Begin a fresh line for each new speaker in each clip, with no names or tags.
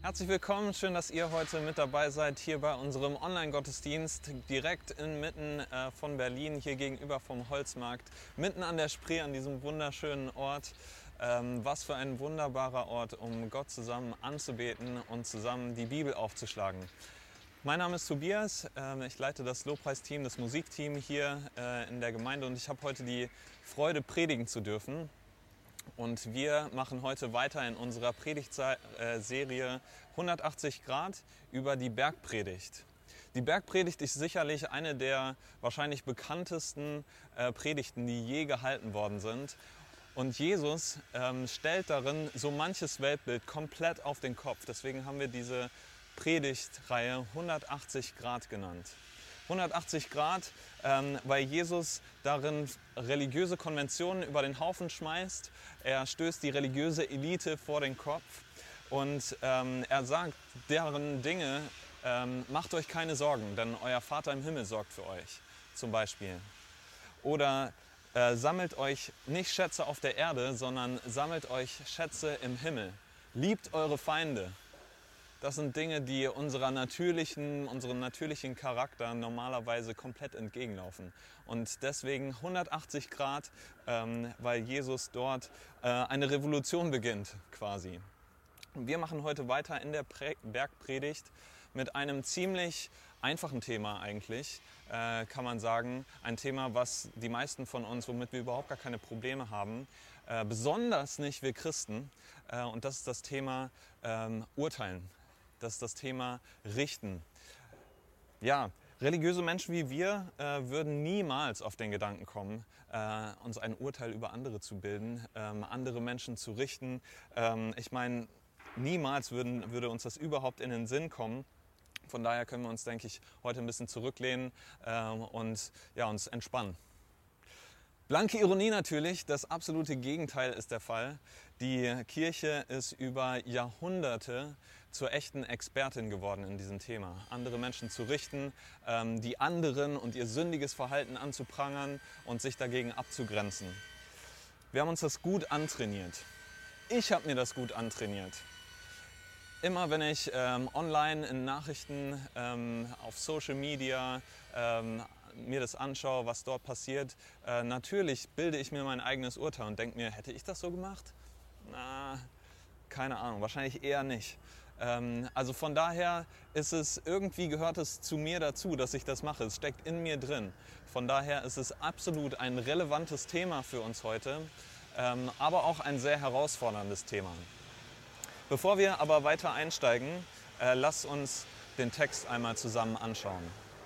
Herzlich willkommen, schön, dass ihr heute mit dabei seid hier bei unserem Online-Gottesdienst direkt inmitten von Berlin, hier gegenüber vom Holzmarkt, mitten an der Spree, an diesem wunderschönen Ort. Was für ein wunderbarer Ort, um Gott zusammen anzubeten und zusammen die Bibel aufzuschlagen. Mein Name ist Tobias, ich leite das Lobpreisteam, das Musikteam hier in der Gemeinde und ich habe heute die Freude, predigen zu dürfen. Und wir machen heute weiter in unserer Predigtserie 180 Grad über die Bergpredigt. Die Bergpredigt ist sicherlich eine der wahrscheinlich bekanntesten Predigten, die je gehalten worden sind. Und Jesus stellt darin so manches Weltbild komplett auf den Kopf. Deswegen haben wir diese Predigtreihe 180 Grad genannt. 180 Grad, weil Jesus darin religiöse Konventionen über den Haufen schmeißt. Er stößt die religiöse Elite vor den Kopf und er sagt deren Dinge, macht euch keine Sorgen, denn euer Vater im Himmel sorgt für euch, zum Beispiel. Oder sammelt euch nicht Schätze auf der Erde, sondern sammelt euch Schätze im Himmel. Liebt eure Feinde. Das sind Dinge, die unserem natürlichen Charakter normalerweise komplett entgegenlaufen. Und deswegen 180 Grad, weil Jesus dort eine Revolution beginnt quasi. Wir machen heute weiter in der Bergpredigt mit einem ziemlich einfachen Thema eigentlich, kann man sagen. Ein Thema, was die meisten von uns, womit wir überhaupt gar keine Probleme haben. Besonders nicht wir Christen. Und das ist das Thema Urteilen. Das ist das Thema Richten. Ja, religiöse Menschen wie wir würden niemals auf den Gedanken kommen, uns ein Urteil über andere zu bilden, andere Menschen zu richten. Ich meine, niemals würde uns das überhaupt in den Sinn kommen. Von daher können wir uns, denke ich, heute ein bisschen zurücklehnen und ja, uns entspannen. Blanke Ironie natürlich, das absolute Gegenteil ist der Fall. Die Kirche ist über Jahrhunderte zur echten Expertin geworden in diesem Thema. Andere Menschen zu richten, die anderen und ihr sündiges Verhalten anzuprangern und sich dagegen abzugrenzen. Wir haben uns das gut antrainiert. Ich habe mir das gut antrainiert. Immer wenn ich online in Nachrichten, auf Social Media mir das anschaue, was dort passiert, natürlich bilde ich mir mein eigenes Urteil und denke mir, hätte ich das so gemacht? Na, keine Ahnung, wahrscheinlich eher nicht. Also von daher gehört es zu mir dazu, dass ich das mache. Es steckt in mir drin. Von daher ist es absolut ein relevantes Thema für uns heute, aber auch ein sehr herausforderndes Thema. Bevor wir aber weiter einsteigen, lasst uns den Text einmal zusammen anschauen.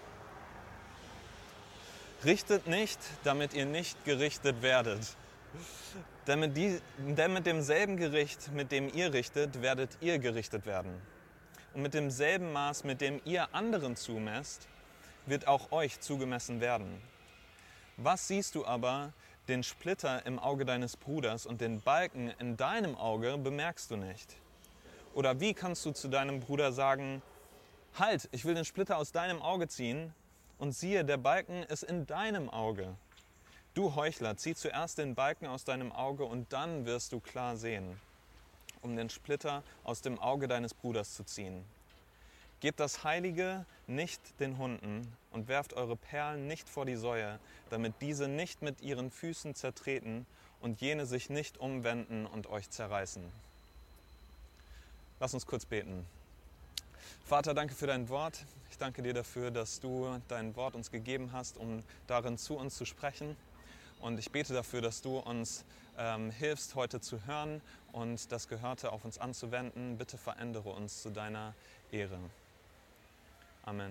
Richtet nicht, damit ihr nicht gerichtet werdet. Denn mit demselben Gericht, mit dem ihr richtet, werdet ihr gerichtet werden. Und mit demselben Maß, mit dem ihr anderen zumesst, wird auch euch zugemessen werden. Was siehst du aber, den Splitter im Auge deines Bruders und den Balken in deinem Auge bemerkst du nicht? Oder wie kannst du zu deinem Bruder sagen, halt, ich will den Splitter aus deinem Auge ziehen, und siehe, der Balken ist in deinem Auge. Du Heuchler, zieh zuerst den Balken aus deinem Auge und dann wirst du klar sehen, um den Splitter aus dem Auge deines Bruders zu ziehen. Gebt das Heilige nicht den Hunden und werft eure Perlen nicht vor die Säue, damit diese nicht mit ihren Füßen zertreten und jene sich nicht umwenden und euch zerreißen. Lass uns kurz beten. Vater, danke für dein Wort. Ich danke dir dafür, dass du dein Wort uns gegeben hast, um darin zu uns zu sprechen. Und ich bete dafür, dass du uns hilfst, heute zu hören und das Gehörte auf uns anzuwenden. Bitte verändere uns zu deiner Ehre. Amen.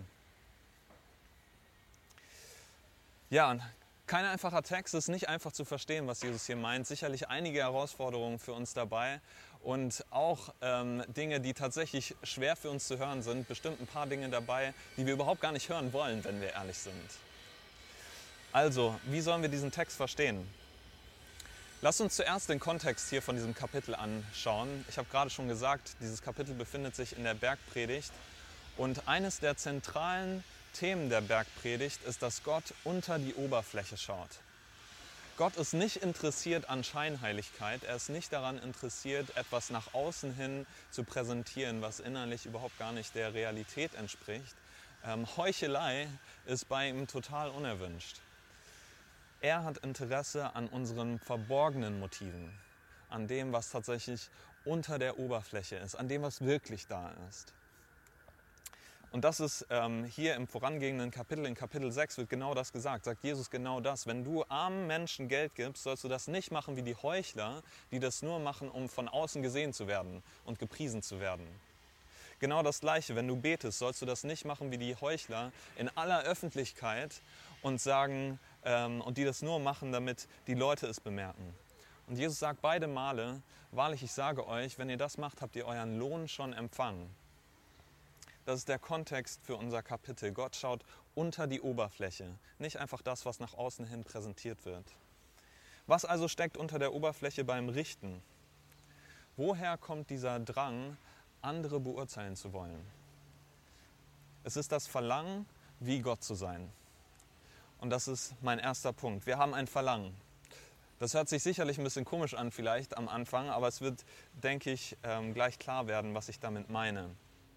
Ja, kein einfacher Text, es ist nicht einfach zu verstehen, was Jesus hier meint. Sicherlich einige Herausforderungen für uns dabei und auch Dinge, die tatsächlich schwer für uns zu hören sind. Bestimmt ein paar Dinge dabei, die wir überhaupt gar nicht hören wollen, wenn wir ehrlich sind. Also, wie sollen wir diesen Text verstehen? Lasst uns zuerst den Kontext hier von diesem Kapitel anschauen. Ich habe gerade schon gesagt, dieses Kapitel befindet sich in der Bergpredigt und eines der zentralen Themen der Bergpredigt ist, dass Gott unter die Oberfläche schaut. Gott ist nicht interessiert an Scheinheiligkeit, er ist nicht daran interessiert, etwas nach außen hin zu präsentieren, was innerlich überhaupt gar nicht der Realität entspricht. Heuchelei ist bei ihm total unerwünscht. Er hat Interesse an unseren verborgenen Motiven, an dem, was tatsächlich unter der Oberfläche ist, an dem, was wirklich da ist. Und das ist hier im vorangehenden Kapitel, in Kapitel 6 wird genau das gesagt, sagt Jesus genau das. Wenn du armen Menschen Geld gibst, sollst du das nicht machen wie die Heuchler, die das nur machen, um von außen gesehen zu werden und gepriesen zu werden. Genau das Gleiche, wenn du betest, sollst du das nicht machen wie die Heuchler in aller Öffentlichkeit und sagen, und die das nur machen, damit die Leute es bemerken. Und Jesus sagt beide Male, wahrlich, ich sage euch, wenn ihr das macht, habt ihr euren Lohn schon empfangen. Das ist der Kontext für unser Kapitel. Gott schaut unter die Oberfläche, nicht einfach das, was nach außen hin präsentiert wird. Was also steckt unter der Oberfläche beim Richten? Woher kommt dieser Drang, andere beurteilen zu wollen? Es ist das Verlangen, wie Gott zu sein. Und das ist mein erster Punkt. Wir haben ein Verlangen. Das hört sich sicherlich ein bisschen komisch an vielleicht am Anfang, aber es wird, denke ich, gleich klar werden, was ich damit meine.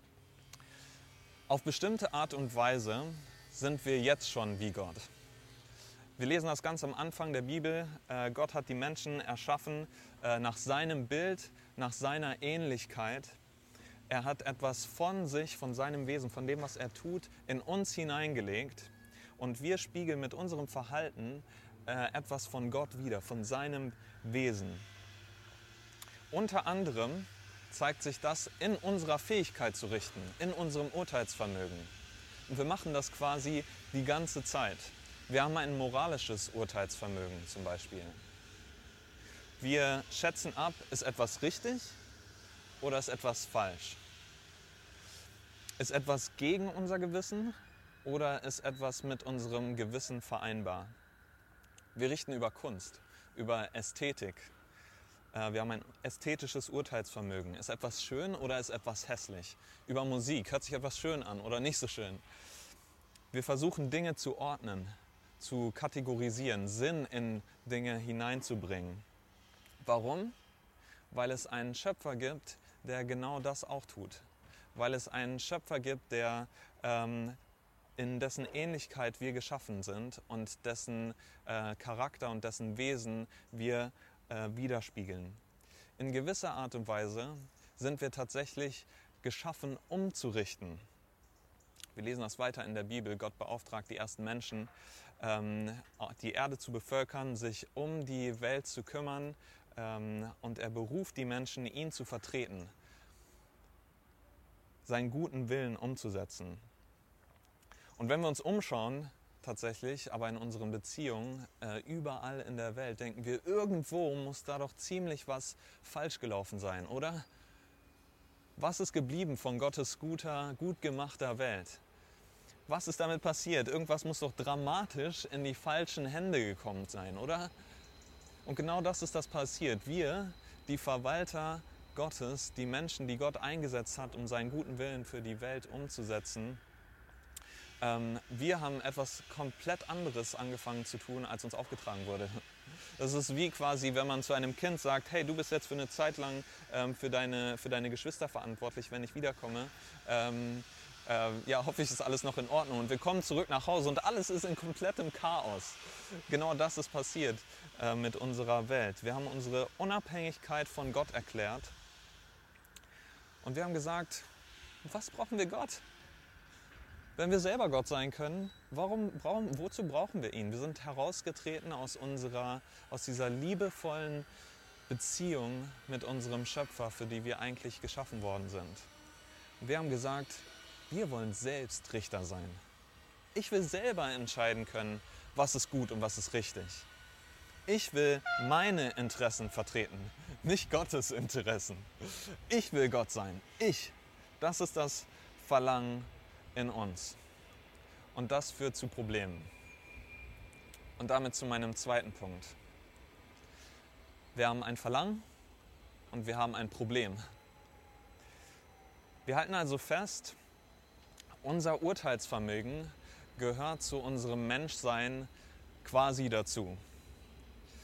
Auf bestimmte Art und Weise sind wir jetzt schon wie Gott. Wir lesen das ganz am Anfang der Bibel. Gott hat die Menschen erschaffen nach seinem Bild, nach seiner Ähnlichkeit. Er hat etwas von sich, von seinem Wesen, von dem, was er tut, in uns hineingelegt. Und wir spiegeln mit unserem Verhalten etwas von Gott wider, von seinem Wesen. Unter anderem zeigt sich das in unserer Fähigkeit zu richten, in unserem Urteilsvermögen. Und wir machen das quasi die ganze Zeit. Wir haben ein moralisches Urteilsvermögen zum Beispiel. Wir schätzen ab, ist etwas richtig oder ist etwas falsch? Ist etwas gegen unser Gewissen oder ist etwas mit unserem Gewissen vereinbar? Wir richten über Kunst, über Ästhetik. Wir haben ein ästhetisches Urteilsvermögen. Ist etwas schön oder ist etwas hässlich? Über Musik, hört sich etwas schön an oder nicht so schön? Wir versuchen Dinge zu ordnen, zu kategorisieren, Sinn in Dinge hineinzubringen. Warum? Weil es einen Schöpfer gibt, der genau das auch tut. Weil es einen Schöpfer gibt, der in dessen Ähnlichkeit wir geschaffen sind und dessen Charakter und dessen Wesen wir widerspiegeln. In gewisser Art und Weise sind wir tatsächlich geschaffen, um zu richten. Wir lesen das weiter in der Bibel. Gott beauftragt die ersten Menschen, die Erde zu bevölkern, sich um die Welt zu kümmern, und er beruft die Menschen, ihn zu vertreten, seinen guten Willen umzusetzen. Und wenn wir uns umschauen, tatsächlich, aber in unseren Beziehungen, überall in der Welt, denken wir, irgendwo muss da doch ziemlich was falsch gelaufen sein, oder? Was ist geblieben von Gottes guter, gut gemachter Welt? Was ist damit passiert? Irgendwas muss doch dramatisch in die falschen Hände gekommen sein, oder? Und genau das ist das passiert. Wir, die Verwalter Gottes, die Menschen, die Gott eingesetzt hat, um seinen guten Willen für die Welt umzusetzen, wir haben etwas komplett anderes angefangen zu tun, als uns aufgetragen wurde. Das ist wie quasi, wenn man zu einem Kind sagt, hey, du bist jetzt für eine Zeit lang für deine Geschwister verantwortlich, wenn ich wiederkomme. Ja, hoffe ich, ist alles noch in Ordnung. Und wir kommen zurück nach Hause und alles ist in komplettem Chaos. Genau das ist passiert mit unserer Welt. Wir haben unsere Unabhängigkeit von Gott erklärt und wir haben gesagt, was brauchen wir Gott? Wenn wir selber Gott sein können, wozu brauchen wir ihn? Wir sind herausgetreten aus dieser liebevollen Beziehung mit unserem Schöpfer, für die wir eigentlich geschaffen worden sind. Und wir haben gesagt, wir wollen selbst Richter sein. Ich will selber entscheiden können, was ist gut und was ist richtig. Ich will meine Interessen vertreten, nicht Gottes Interessen. Ich will Gott sein. Das ist das Verlangen in uns. Und das führt zu Problemen. Und damit zu meinem zweiten Punkt. Wir haben ein Verlangen und wir haben ein Problem. Wir halten also fest, unser Urteilsvermögen gehört zu unserem Menschsein quasi dazu.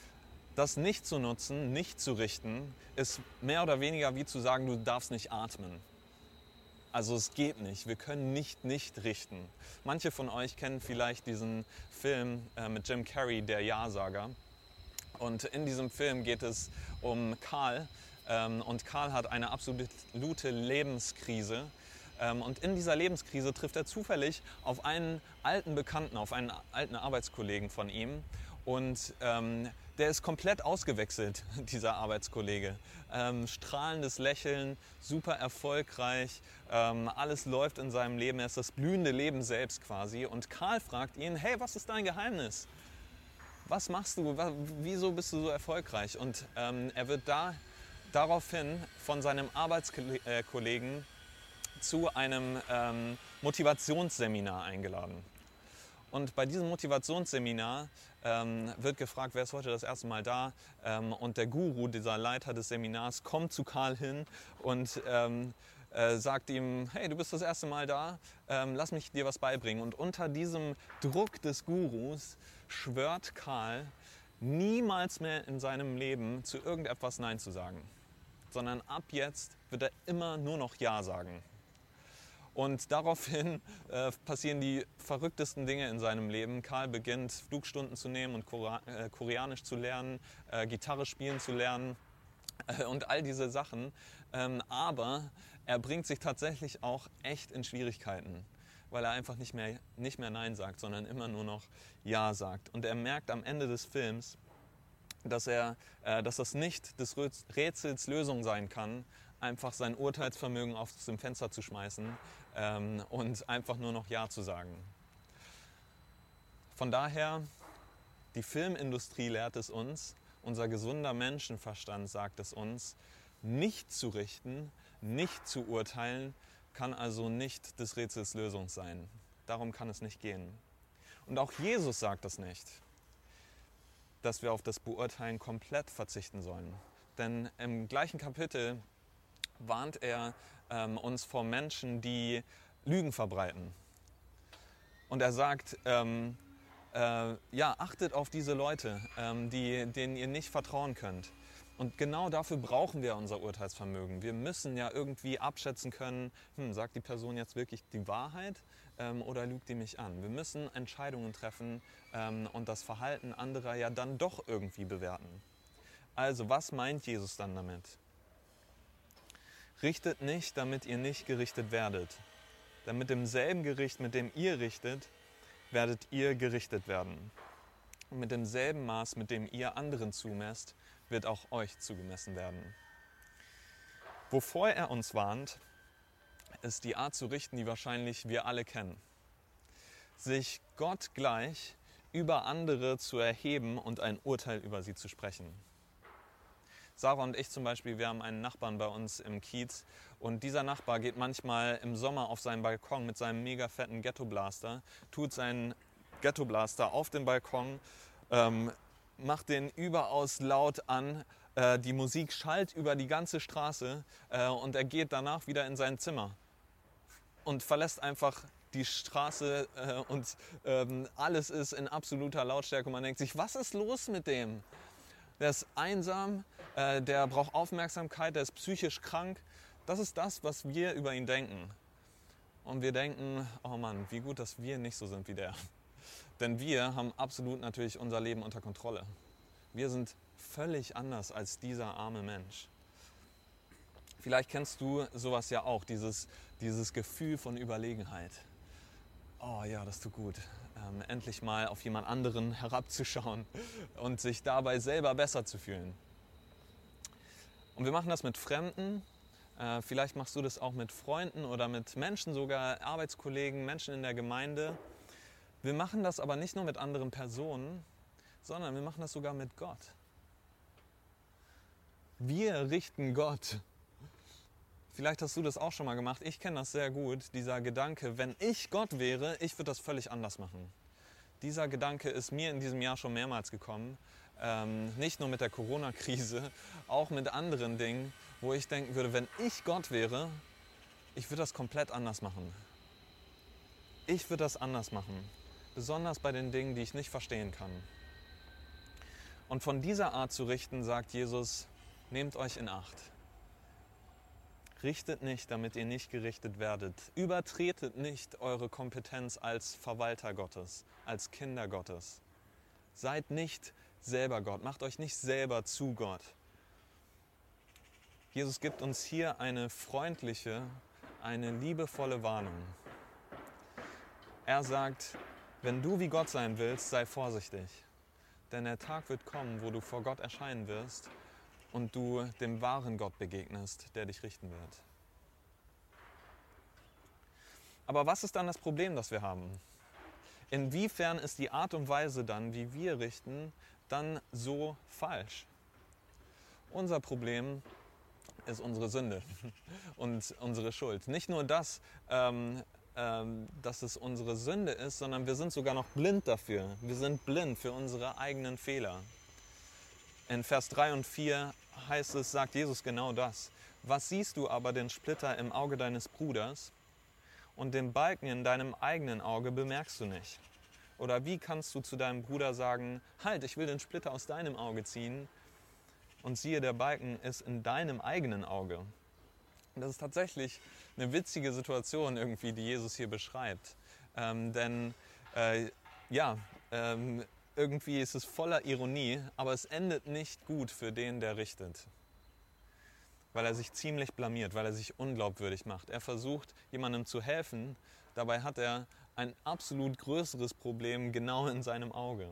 Das nicht zu nutzen, nicht zu richten, ist mehr oder weniger wie zu sagen, du darfst nicht atmen. Also es geht nicht, wir können nicht richten. Manche von euch kennen vielleicht diesen Film mit Jim Carrey, der Ja-Sager. Und in diesem Film geht es um Karl. Und Karl hat eine absolute Lebenskrise. Und in dieser Lebenskrise trifft er zufällig auf einen alten Bekannten, auf einen alten Arbeitskollegen von ihm. Und der ist komplett ausgewechselt, dieser Arbeitskollege. Strahlendes Lächeln, super erfolgreich, alles läuft in seinem Leben, er ist das blühende Leben selbst quasi. Und Karl fragt ihn, hey, was ist dein Geheimnis? Was machst du? Wieso bist du so erfolgreich? Und er wird daraufhin von seinem Arbeitskollegen zu einem Motivationsseminar eingeladen. Und bei diesem Motivationsseminar wird gefragt, wer ist heute das erste Mal da? Und der Guru, dieser Leiter des Seminars, kommt zu Karl hin und sagt ihm, hey, du bist das erste Mal da, lass mich dir was beibringen. Und unter diesem Druck des Gurus schwört Karl, niemals mehr in seinem Leben zu irgendetwas Nein zu sagen, sondern ab jetzt wird er immer nur noch Ja sagen. Und daraufhin passieren die verrücktesten Dinge in seinem Leben. Karl beginnt Flugstunden zu nehmen und Koreanisch zu lernen, Gitarre spielen zu lernen und all diese Sachen. Aber er bringt sich tatsächlich auch echt in Schwierigkeiten, weil er einfach nicht mehr Nein sagt, sondern immer nur noch Ja sagt. Und er merkt am Ende des Films, dass das nicht des Rätsels Lösung sein kann, einfach sein Urteilsvermögen aus dem Fenster zu schmeißen und einfach nur noch Ja zu sagen. Von daher, die Filmindustrie lehrt es uns, unser gesunder Menschenverstand sagt es uns, nicht zu richten, nicht zu urteilen, kann also nicht des Rätsels Lösung sein. Darum kann es nicht gehen. Und auch Jesus sagt das nicht, dass wir auf das Beurteilen komplett verzichten sollen. Denn im gleichen Kapitel warnt er uns vor Menschen, die Lügen verbreiten. Und er sagt, achtet auf diese Leute, denen ihr nicht vertrauen könnt. Und genau dafür brauchen wir unser Urteilsvermögen. Wir müssen ja irgendwie abschätzen können, sagt die Person jetzt wirklich die Wahrheit oder lügt die mich an? Wir müssen Entscheidungen treffen und das Verhalten anderer ja dann doch irgendwie bewerten. Also, was meint Jesus dann damit? Richtet nicht, damit ihr nicht gerichtet werdet. Denn mit demselben Gericht, mit dem ihr richtet, werdet ihr gerichtet werden. Und mit demselben Maß, mit dem ihr anderen zumesst, wird auch euch zugemessen werden. Wovor er uns warnt, ist die Art zu richten, die wahrscheinlich wir alle kennen. Sich Gott gleich über andere zu erheben und ein Urteil über sie zu sprechen. Sarah und ich zum Beispiel, wir haben einen Nachbarn bei uns im Kiez und dieser Nachbar geht manchmal im Sommer auf seinen Balkon mit seinem mega fetten Ghetto-Blaster, tut seinen Ghetto-Blaster auf den Balkon, macht den überaus laut an, die Musik schallt über die ganze Straße und er geht danach wieder in sein Zimmer und verlässt einfach die Straße und alles ist in absoluter Lautstärke und man denkt sich, was ist los mit dem? Der ist einsam, der braucht Aufmerksamkeit, der ist psychisch krank. Das ist das, was wir über ihn denken. Und wir denken, oh Mann, wie gut, dass wir nicht so sind wie der. Denn wir haben absolut natürlich unser Leben unter Kontrolle. Wir sind völlig anders als dieser arme Mensch. Vielleicht kennst du sowas ja auch, dieses Gefühl von Überlegenheit. Oh ja, das tut gut. Endlich mal auf jemand anderen herabzuschauen und sich dabei selber besser zu fühlen. Und wir machen das mit Fremden, vielleicht machst du das auch mit Freunden oder mit Menschen, sogar Arbeitskollegen, Menschen in der Gemeinde. Wir machen das aber nicht nur mit anderen Personen, sondern wir machen das sogar mit Gott. Wir richten Gott. Vielleicht hast du das auch schon mal gemacht. Ich kenne das sehr gut, dieser Gedanke, wenn ich Gott wäre, ich würde das völlig anders machen. Dieser Gedanke ist mir in diesem Jahr schon mehrmals gekommen. Nicht nur mit der Corona-Krise, auch mit anderen Dingen, wo ich denken würde, wenn ich Gott wäre, ich würde das komplett anders machen. Ich würde das anders machen. Besonders bei den Dingen, die ich nicht verstehen kann. Und von dieser Art zu richten, sagt Jesus, nehmt euch in Acht. Richtet nicht, damit ihr nicht gerichtet werdet. Übertretet nicht eure Kompetenz als Verwalter Gottes, als Kinder Gottes. Seid nicht selber Gott, macht euch nicht selber zu Gott. Jesus gibt uns hier eine freundliche, eine liebevolle Warnung. Er sagt, wenn du wie Gott sein willst, sei vorsichtig. Denn der Tag wird kommen, wo du vor Gott erscheinen wirst und du dem wahren Gott begegnest, der dich richten wird. Aber was ist dann das Problem, das wir haben? Inwiefern ist die Art und Weise dann, wie wir richten, dann so falsch? Unser Problem ist unsere Sünde und unsere Schuld. Nicht nur das, dass es unsere Sünde ist, sondern wir sind sogar noch blind dafür. Wir sind blind für unsere eigenen Fehler. In Vers 3 und 4 heißt es, sagt Jesus genau das. Was siehst du aber den Splitter im Auge deines Bruders und den Balken in deinem eigenen Auge bemerkst du nicht? Oder wie kannst du zu deinem Bruder sagen, halt, ich will den Splitter aus deinem Auge ziehen und siehe, der Balken ist in deinem eigenen Auge. Und das ist tatsächlich eine witzige Situation irgendwie, die Jesus hier beschreibt. Irgendwie ist es voller Ironie, aber es endet nicht gut für den, der richtet. Weil er sich ziemlich blamiert, weil er sich unglaubwürdig macht. Er versucht, jemandem zu helfen, dabei hat er ein absolut größeres Problem genau in seinem Auge.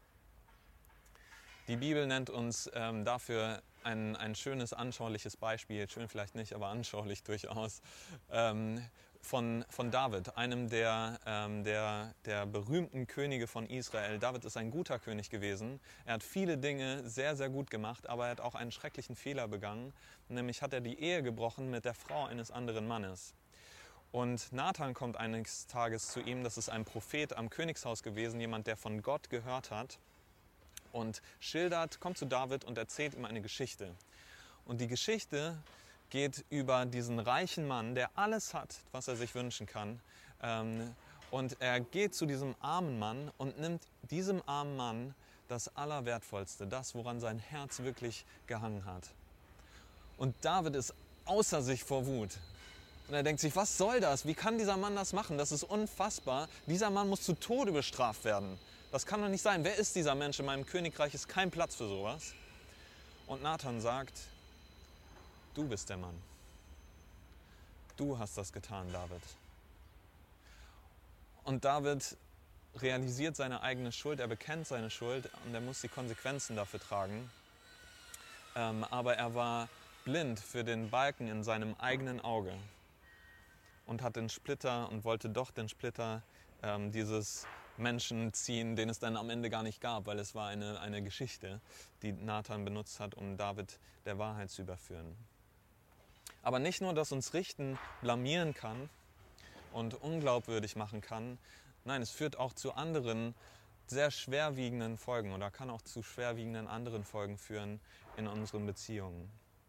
Die Bibel nennt uns dafür ein schönes, anschauliches Beispiel, schön vielleicht nicht, aber anschaulich durchaus, von David, einem der berühmten Könige von Israel. David ist ein guter König gewesen. Er hat viele Dinge sehr, sehr gut gemacht, aber er hat auch einen schrecklichen Fehler begangen. Nämlich hat er die Ehe gebrochen mit der Frau eines anderen Mannes. Und Nathan kommt eines Tages zu ihm, das ist ein Prophet am Königshaus gewesen, jemand, der von Gott gehört hat. Und kommt zu David und erzählt ihm eine Geschichte. Und die Geschichte geht über diesen reichen Mann, der alles hat, was er sich wünschen kann. Und er geht zu diesem armen Mann und nimmt diesem armen Mann das Allerwertvollste, das, woran sein Herz wirklich gehangen hat. Und David ist außer sich vor Wut. Und er denkt sich, was soll das? Wie kann dieser Mann das machen? Das ist unfassbar. Dieser Mann muss zu Tode bestraft werden. Das kann doch nicht sein. Wer ist dieser Mensch? In meinem Königreich ist kein Platz für sowas. Und Nathan sagt, du bist der Mann. Du hast das getan, David. Und David realisiert seine eigene Schuld, er bekennt seine Schuld und er muss die Konsequenzen dafür tragen. Aber er war blind für den Balken in seinem eigenen Auge und hat den Splitter und wollte doch den Splitter dieses Menschen ziehen, den es dann am Ende gar nicht gab, weil es war eine Geschichte, die Nathan benutzt hat, um David der Wahrheit zu überführen. Aber nicht nur, dass uns Richten blamieren kann und unglaubwürdig machen kann, nein, es führt auch zu anderen sehr schwerwiegenden Folgen oder kann auch zu schwerwiegenden anderen Folgen führen in unseren Beziehungen.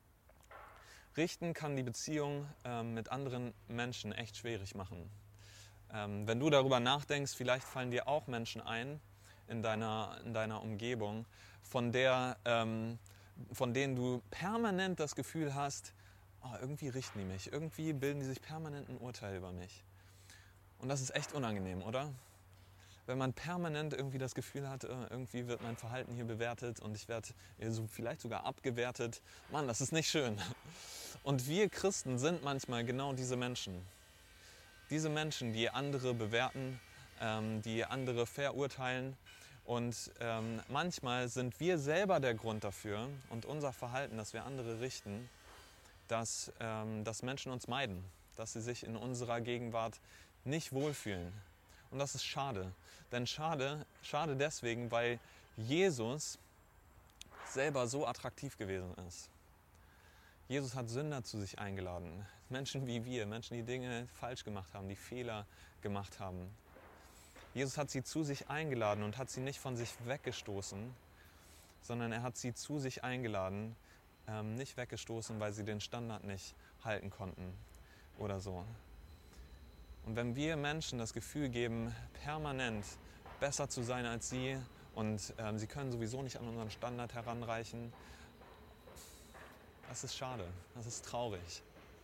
Richten kann die Beziehung mit anderen Menschen echt schwierig machen. Wenn du darüber nachdenkst, vielleicht fallen dir auch Menschen ein in deiner Umgebung, von denen du permanent das Gefühl hast, oh, irgendwie richten die mich, irgendwie bilden die sich permanent ein Urteil über mich. Und das ist echt unangenehm, oder? Wenn man permanent irgendwie das Gefühl hat, irgendwie wird mein Verhalten hier bewertet und ich werde vielleicht sogar abgewertet. Mann, das ist nicht schön. Und wir Christen sind manchmal genau diese Menschen. Diese Menschen, die andere bewerten, die andere verurteilen. Und manchmal sind wir selber der Grund dafür und unser Verhalten, dass wir andere richten, dass Menschen uns meiden, dass sie sich in unserer Gegenwart nicht wohlfühlen. Und das ist schade. Denn schade deswegen, weil Jesus selber so attraktiv gewesen ist. Jesus hat Sünder zu sich eingeladen. Menschen wie wir, Menschen, die Dinge falsch gemacht haben, die Fehler gemacht haben. Jesus hat sie zu sich eingeladen und hat sie nicht von sich weggestoßen, sondern er hat sie zu sich eingeladen, nicht weggestoßen, weil sie den Standard nicht halten konnten oder so. Und wenn wir Menschen das Gefühl geben, permanent besser zu sein als sie und sie können sowieso nicht an unseren Standard heranreichen. Das ist schade, das ist traurig.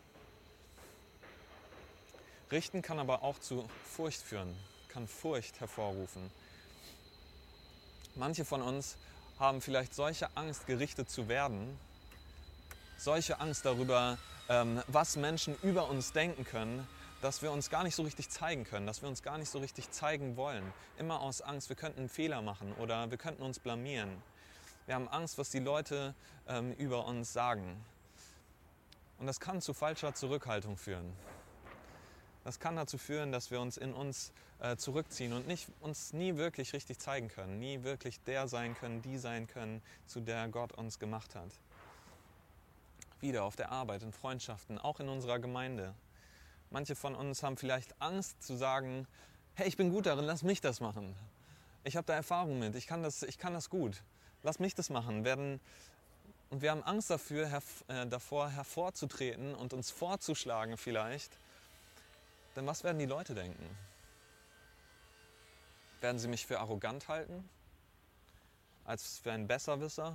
Richten kann aber auch zu Furcht führen, kann Furcht hervorrufen. Manche von uns haben vielleicht solche Angst, gerichtet zu werden, solche Angst darüber, was Menschen über uns denken können, dass wir uns gar nicht so richtig zeigen können, dass wir uns gar nicht so richtig zeigen wollen. Immer aus Angst, wir könnten einen Fehler machen oder wir könnten uns blamieren. Wir haben Angst, was die Leute über uns sagen. Und das kann zu falscher Zurückhaltung führen. Das kann dazu führen, dass wir uns in uns zurückziehen und uns nie wirklich richtig zeigen können, nie wirklich der sein können, die sein können, zu der Gott uns gemacht hat. Wieder auf der Arbeit, in Freundschaften, auch in unserer Gemeinde. Manche von uns haben vielleicht Angst zu sagen, hey, ich bin gut darin, lass mich das machen. Ich habe da Erfahrung mit, ich kann das gut, lass mich das machen. Und wir haben Angst davor hervorzutreten und uns vorzuschlagen vielleicht. Denn was werden die Leute denken? Werden sie mich für arrogant halten? Als für einen Besserwisser?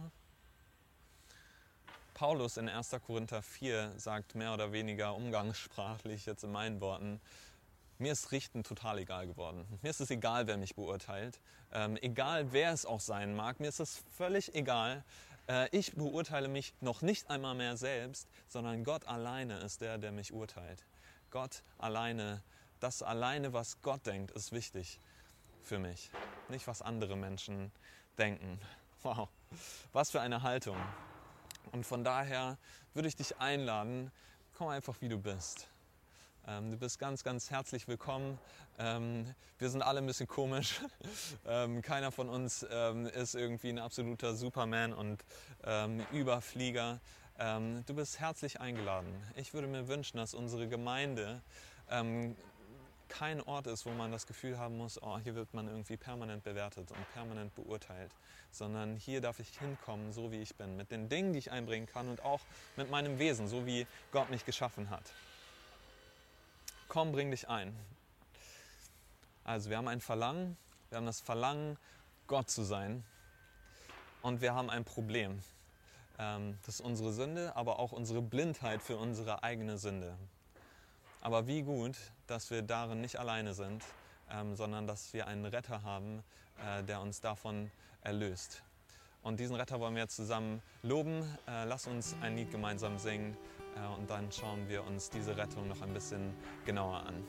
Paulus in 1. Korinther 4 sagt mehr oder weniger umgangssprachlich, jetzt in meinen Worten, mir ist Richten total egal geworden. Mir ist es egal, wer mich beurteilt. Egal, wer es auch sein mag, mir ist es völlig egal. Ich beurteile mich noch nicht einmal mehr selbst, sondern Gott alleine ist der mich urteilt. Gott alleine, das alleine, was Gott denkt, ist wichtig für mich. Nicht, was andere Menschen denken. Wow, was für eine Haltung. Und von daher würde ich dich einladen, komm einfach, wie du bist. Du bist ganz, ganz herzlich willkommen. Wir sind alle ein bisschen komisch. Keiner von uns ist irgendwie ein absoluter Superman und Überflieger. Du bist herzlich eingeladen. Ich würde mir wünschen, dass unsere Gemeinde kein Ort ist, wo man das Gefühl haben muss, oh, hier wird man irgendwie permanent bewertet und permanent beurteilt, sondern hier darf ich hinkommen, so wie ich bin, mit den Dingen, die ich einbringen kann und auch mit meinem Wesen, so wie Gott mich geschaffen hat. Komm, bring dich ein. Also wir haben ein Verlangen, wir haben das Verlangen, Gott zu sein, und wir haben ein Problem. Das ist unsere Sünde, aber auch unsere Blindheit für unsere eigene Sünde. Aber wie gut, dass wir darin nicht alleine sind, sondern dass wir einen Retter haben, der uns davon erlöst. Und diesen Retter wollen wir jetzt zusammen loben. Lass uns ein Lied gemeinsam singen und dann schauen wir uns diese Rettung noch ein bisschen genauer an.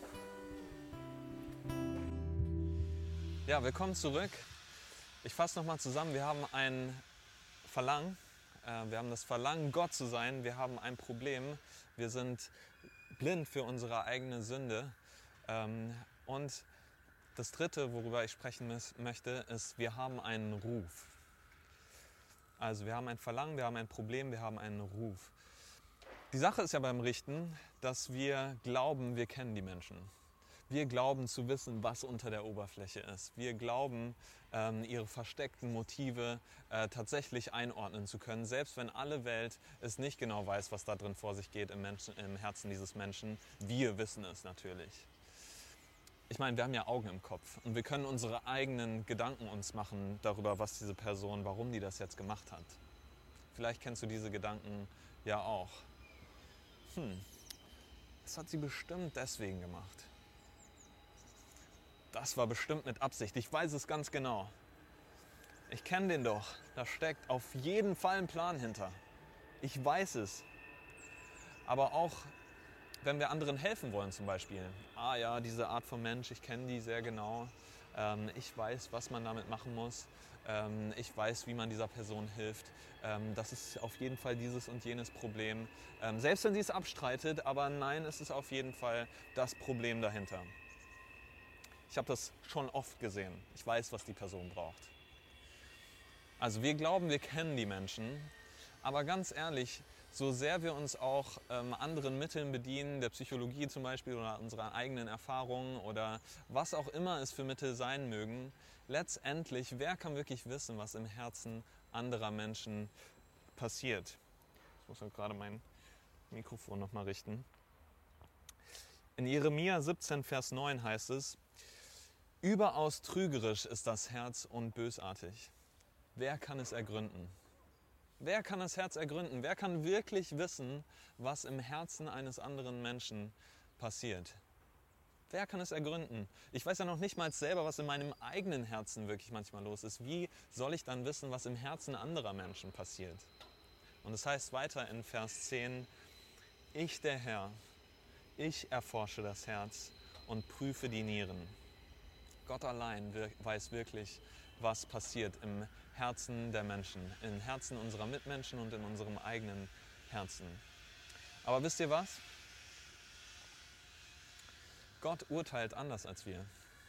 Ja, willkommen zurück. Ich fasse nochmal zusammen. Wir haben ein Verlangen. Wir haben das Verlangen, Gott zu sein. Wir haben ein Problem. Wir sind blind für unsere eigene Sünde. Und das Dritte, worüber ich sprechen möchte, ist, wir haben einen Ruf. Also wir haben ein Verlangen, wir haben ein Problem, wir haben einen Ruf. Die Sache ist ja beim Richten, dass wir glauben, wir kennen die Menschen. Wir glauben zu wissen, was unter der Oberfläche ist. Wir glauben, ihre versteckten Motive tatsächlich einordnen zu können, selbst wenn alle Welt es nicht genau weiß, was da drin vor sich geht im Herzen dieses Menschen. Wir wissen es natürlich. Ich meine, wir haben ja Augen im Kopf und wir können unsere eigenen Gedanken uns machen darüber, was diese Person, warum die das jetzt gemacht hat. Vielleicht kennst du diese Gedanken ja auch. Das hat sie bestimmt deswegen gemacht. Das war bestimmt mit Absicht. Ich weiß es ganz genau. Ich kenne den doch. Da steckt auf jeden Fall ein Plan hinter. Ich weiß es. Aber auch, wenn wir anderen helfen wollen zum Beispiel. Ah ja, diese Art von Mensch, ich kenne die sehr genau. Ich weiß, was man damit machen muss. Ich weiß, wie man dieser Person hilft. Das ist auf jeden Fall dieses und jenes Problem. Selbst wenn sie es abstreitet, aber nein, es ist auf jeden Fall das Problem dahinter. Ich habe das schon oft gesehen. Ich weiß, was die Person braucht. Also wir glauben, wir kennen die Menschen, aber ganz ehrlich, so sehr wir uns auch anderen Mitteln bedienen, der Psychologie zum Beispiel oder unserer eigenen Erfahrungen oder was auch immer es für Mittel sein mögen, letztendlich, wer kann wirklich wissen, was im Herzen anderer Menschen passiert? Ich muss gerade mein Mikrofon nochmal richten. In Jeremia 17, Vers 9 heißt es: Überaus trügerisch ist das Herz und bösartig. Wer kann es ergründen? Wer kann das Herz ergründen? Wer kann wirklich wissen, was im Herzen eines anderen Menschen passiert? Wer kann es ergründen? Ich weiß ja noch nicht mal selber, was in meinem eigenen Herzen wirklich manchmal los ist. Wie soll ich dann wissen, was im Herzen anderer Menschen passiert? Und es heißt weiter in Vers 10, ich der Herr, ich erforsche das Herz und prüfe die Nieren. Gott allein weiß wirklich, was passiert im Herzen der Menschen, im Herzen unserer Mitmenschen und in unserem eigenen Herzen. Aber wisst ihr was? Gott urteilt anders als wir.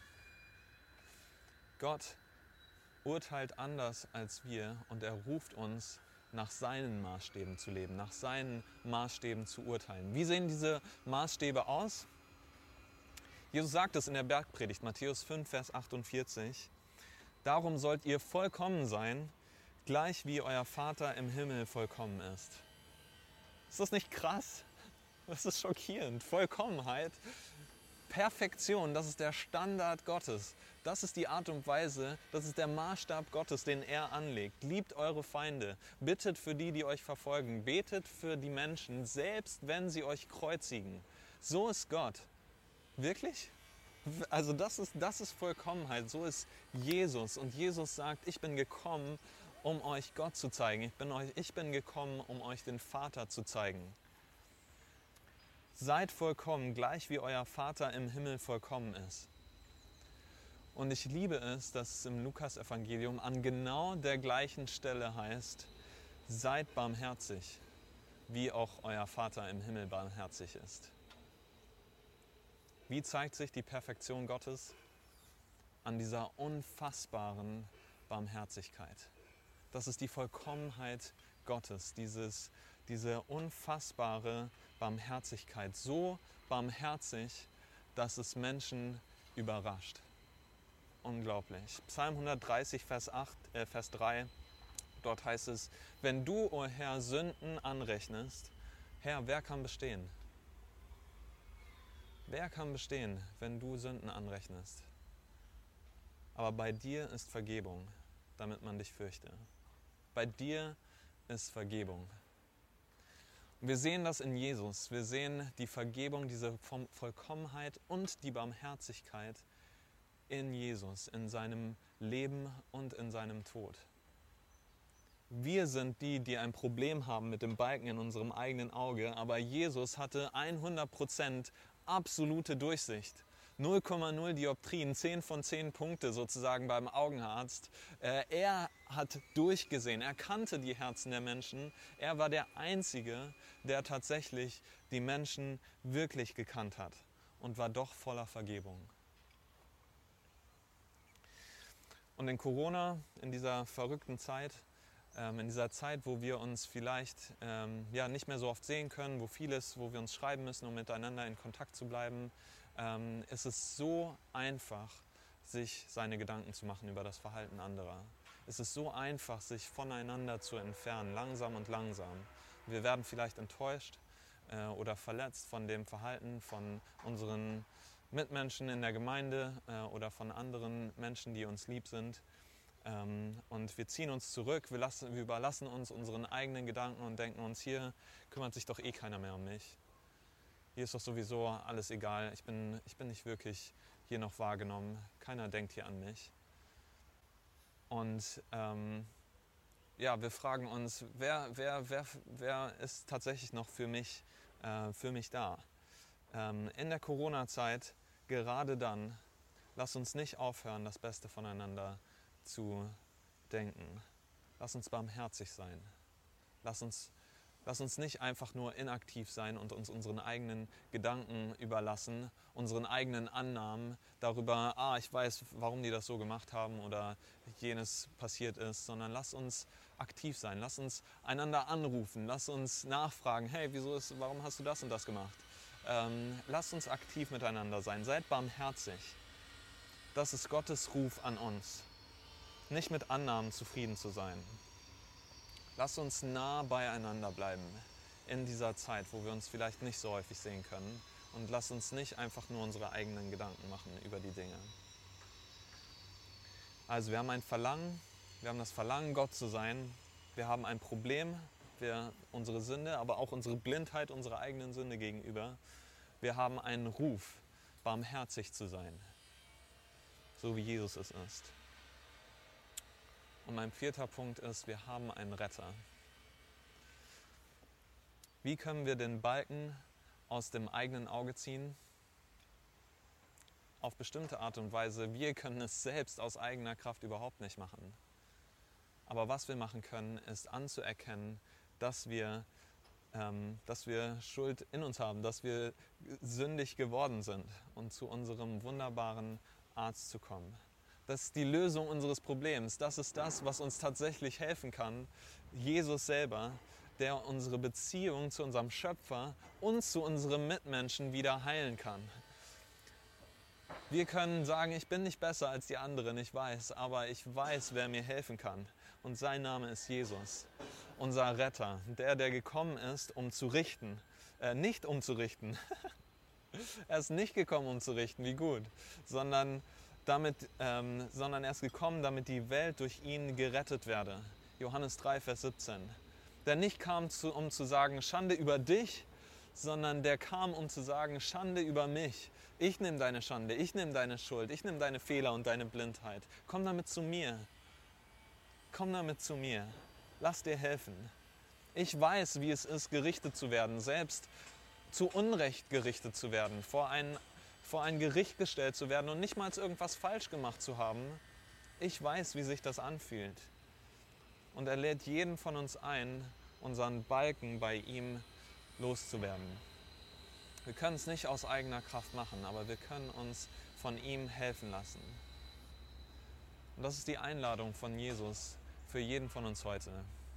Gott urteilt anders als wir und er ruft uns, nach seinen Maßstäben zu leben, nach seinen Maßstäben zu urteilen. Wie sehen diese Maßstäbe aus? Jesus sagt es in der Bergpredigt, Matthäus 5, Vers 48. Darum sollt ihr vollkommen sein, gleich wie euer Vater im Himmel vollkommen ist. Ist das nicht krass? Das ist schockierend. Vollkommenheit, Perfektion, das ist der Standard Gottes. Das ist die Art und Weise, das ist der Maßstab Gottes, den er anlegt. Liebt eure Feinde, bittet für die, die euch verfolgen, betet für die Menschen, selbst wenn sie euch kreuzigen. So ist Gott. Wirklich? Also das ist Vollkommenheit, so ist Jesus. Und Jesus sagt, ich bin gekommen, um euch Gott zu zeigen. Ich bin gekommen, um euch den Vater zu zeigen. Seid vollkommen, gleich wie euer Vater im Himmel vollkommen ist. Und ich liebe es, dass es im Lukas-Evangelium an genau der gleichen Stelle heißt, seid barmherzig, wie auch euer Vater im Himmel barmherzig ist. Wie zeigt sich die Perfektion Gottes? An dieser unfassbaren Barmherzigkeit. Das ist die Vollkommenheit Gottes, diese unfassbare Barmherzigkeit. So barmherzig, dass es Menschen überrascht. Unglaublich. Psalm 130, Vers 3, dort heißt es, wenn du, o Herr, Sünden anrechnest, Herr, wer kann bestehen? Wer kann bestehen, wenn du Sünden anrechnest? Aber bei dir ist Vergebung, damit man dich fürchte. Bei dir ist Vergebung. Und wir sehen das in Jesus. Wir sehen die Vergebung, diese Vollkommenheit und die Barmherzigkeit in Jesus, in seinem Leben und in seinem Tod. Wir sind die, die ein Problem haben mit dem Balken in unserem eigenen Auge, aber Jesus hatte 100% absolute Durchsicht. 0,0 Dioptrien, 10 von 10 Punkte sozusagen beim Augenarzt. Er hat durchgesehen, er kannte die Herzen der Menschen. Er war der Einzige, der tatsächlich die Menschen wirklich gekannt hat und war doch voller Vergebung. Und in Corona, in dieser verrückten Zeit, in dieser Zeit, wo wir uns vielleicht nicht mehr so oft sehen können, wo wir uns schreiben müssen, um miteinander in Kontakt zu bleiben, ist es so einfach, sich seine Gedanken zu machen über das Verhalten anderer. Es ist so einfach, sich voneinander zu entfernen, langsam und langsam. Wir werden vielleicht enttäuscht oder verletzt von dem Verhalten von unseren Mitmenschen in der Gemeinde oder von anderen Menschen, die uns lieb sind. Und wir ziehen uns zurück, wir überlassen uns unseren eigenen Gedanken und denken uns, hier kümmert sich doch eh keiner mehr um mich. Hier ist doch sowieso alles egal, ich bin nicht wirklich hier noch wahrgenommen, keiner denkt hier an mich. Und wir fragen uns, wer ist tatsächlich noch für mich da? In der Corona-Zeit, gerade dann, lasst uns nicht aufhören, das Beste voneinander zu denken. Lass uns barmherzig sein. Lass uns nicht einfach nur inaktiv sein und uns unseren eigenen Gedanken überlassen, unseren eigenen Annahmen darüber, ich weiß, warum die das so gemacht haben oder jenes passiert ist, sondern lass uns aktiv sein. Lass uns einander anrufen. Lass uns nachfragen, hey, warum hast du das und das gemacht? Lasst uns aktiv miteinander sein. Seid barmherzig. Das ist Gottes Ruf an uns. Nicht mit Annahmen zufrieden zu sein. Lasst uns nah beieinander bleiben in dieser Zeit, wo wir uns vielleicht nicht so häufig sehen können. Und lasst uns nicht einfach nur unsere eigenen Gedanken machen über die Dinge. Also wir haben ein Verlangen, wir haben das Verlangen, Gott zu sein. Wir haben ein Problem, unsere Sünde, aber auch unsere Blindheit, unserer eigenen Sünde gegenüber. Wir haben einen Ruf, barmherzig zu sein, so wie Jesus es ist. Und mein vierter Punkt ist, wir haben einen Retter. Wie können wir den Balken aus dem eigenen Auge ziehen? Auf bestimmte Art und Weise. Wir können es selbst aus eigener Kraft überhaupt nicht machen. Aber was wir machen können, ist anzuerkennen, dass wir Schuld in uns haben, dass wir sündig geworden sind und zu unserem wunderbaren Arzt zu kommen. Das ist die Lösung unseres Problems. Das ist das, was uns tatsächlich helfen kann. Jesus selber, der unsere Beziehung zu unserem Schöpfer und zu unseren Mitmenschen wieder heilen kann. Wir können sagen, ich bin nicht besser als die anderen, ich weiß, aber ich weiß, wer mir helfen kann. Und sein Name ist Jesus, unser Retter, der gekommen ist, um zu richten. Nicht um zu richten. Er ist nicht gekommen, um zu richten, wie gut, sondern er ist gekommen, damit die Welt durch ihn gerettet werde. Johannes 3, Vers 17. Der nicht kam, um zu sagen, Schande über dich, sondern der kam, um zu sagen, Schande über mich. Ich nehme deine Schande, ich nehme deine Schuld, ich nehme deine Fehler und deine Blindheit. Komm damit zu mir. Komm damit zu mir. Lass dir helfen. Ich weiß, wie es ist, gerichtet zu werden, selbst zu Unrecht gerichtet zu werden, vor ein Gericht gestellt zu werden und nicht mal irgendwas falsch gemacht zu haben. Ich weiß, wie sich das anfühlt. Und er lädt jeden von uns ein, unseren Balken bei ihm loszuwerden. Wir können es nicht aus eigener Kraft machen, aber wir können uns von ihm helfen lassen. Und das ist die Einladung von Jesus für jeden von uns heute.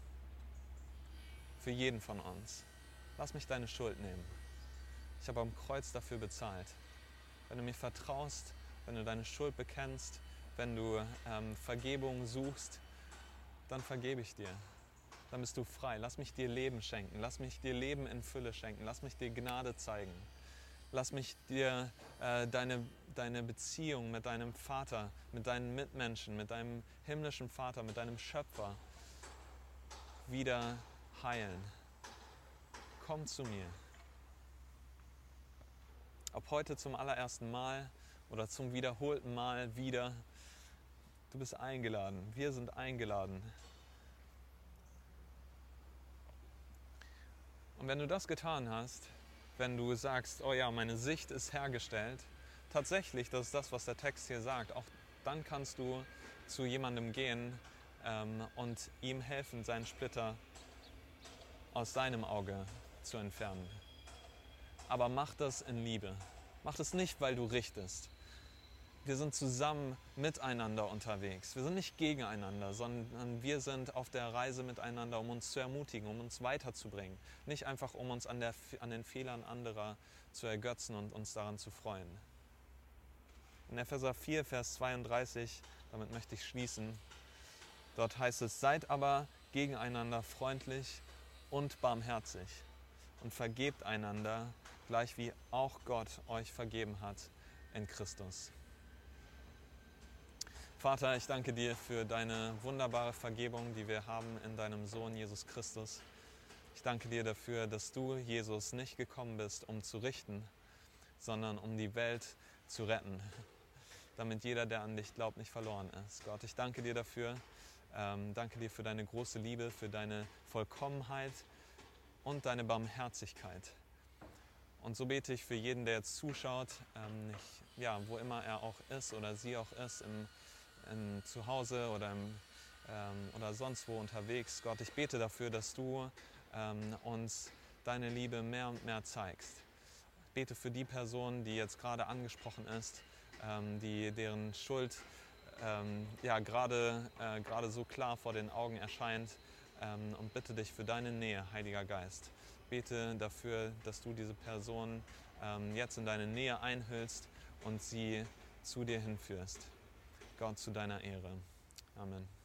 Für jeden von uns. Lass mich deine Schuld nehmen. Ich habe am Kreuz dafür bezahlt. Wenn du mir vertraust, wenn du deine Schuld bekennst, wenn du Vergebung suchst, dann vergebe ich dir. Dann bist du frei. Lass mich dir Leben schenken. Lass mich dir Leben in Fülle schenken. Lass mich dir Gnade zeigen. Lass mich dir deine Beziehung mit deinem Vater, mit deinen Mitmenschen, mit deinem himmlischen Vater, mit deinem Schöpfer wieder heilen. Komm zu mir. Ob heute zum allerersten Mal oder zum wiederholten Mal wieder, du bist eingeladen. Wir sind eingeladen. Und wenn du das getan hast, wenn du sagst, oh ja, meine Sicht ist hergestellt, tatsächlich, das ist das, was der Text hier sagt, auch dann kannst du zu jemandem gehen und ihm helfen, seinen Splitter aus seinem Auge zu entfernen. Aber mach das in Liebe. Mach das nicht, weil du richtest. Wir sind zusammen miteinander unterwegs. Wir sind nicht gegeneinander, sondern wir sind auf der Reise miteinander, um uns zu ermutigen, um uns weiterzubringen. Nicht einfach, um uns an den Fehlern anderer zu ergötzen und uns daran zu freuen. In Epheser 4, Vers 32, damit möchte ich schließen, dort heißt es, seid aber gegeneinander freundlich und barmherzig und vergebt einander, gleich wie auch Gott euch vergeben hat in Christus. Vater, ich danke dir für deine wunderbare Vergebung, die wir haben in deinem Sohn Jesus Christus. Ich danke dir dafür, dass du, Jesus, nicht gekommen bist, um zu richten, sondern um die Welt zu retten, damit jeder, der an dich glaubt, nicht verloren ist. Gott, ich danke dir dafür, danke dir für deine große Liebe, für deine Vollkommenheit und deine Barmherzigkeit. Und so bete ich für jeden, der jetzt zuschaut, wo immer er auch ist oder sie auch ist, zu Hause oder sonst wo unterwegs. Gott, ich bete dafür, dass du uns deine Liebe mehr und mehr zeigst. Ich bete für die Person, die jetzt gerade angesprochen ist, deren Schuld gerade so klar vor den Augen erscheint, und bitte dich für deine Nähe, Heiliger Geist. Bete dafür, dass du diese Person jetzt in deine Nähe einhüllst und sie zu dir hinführst. Gott, zu deiner Ehre. Amen.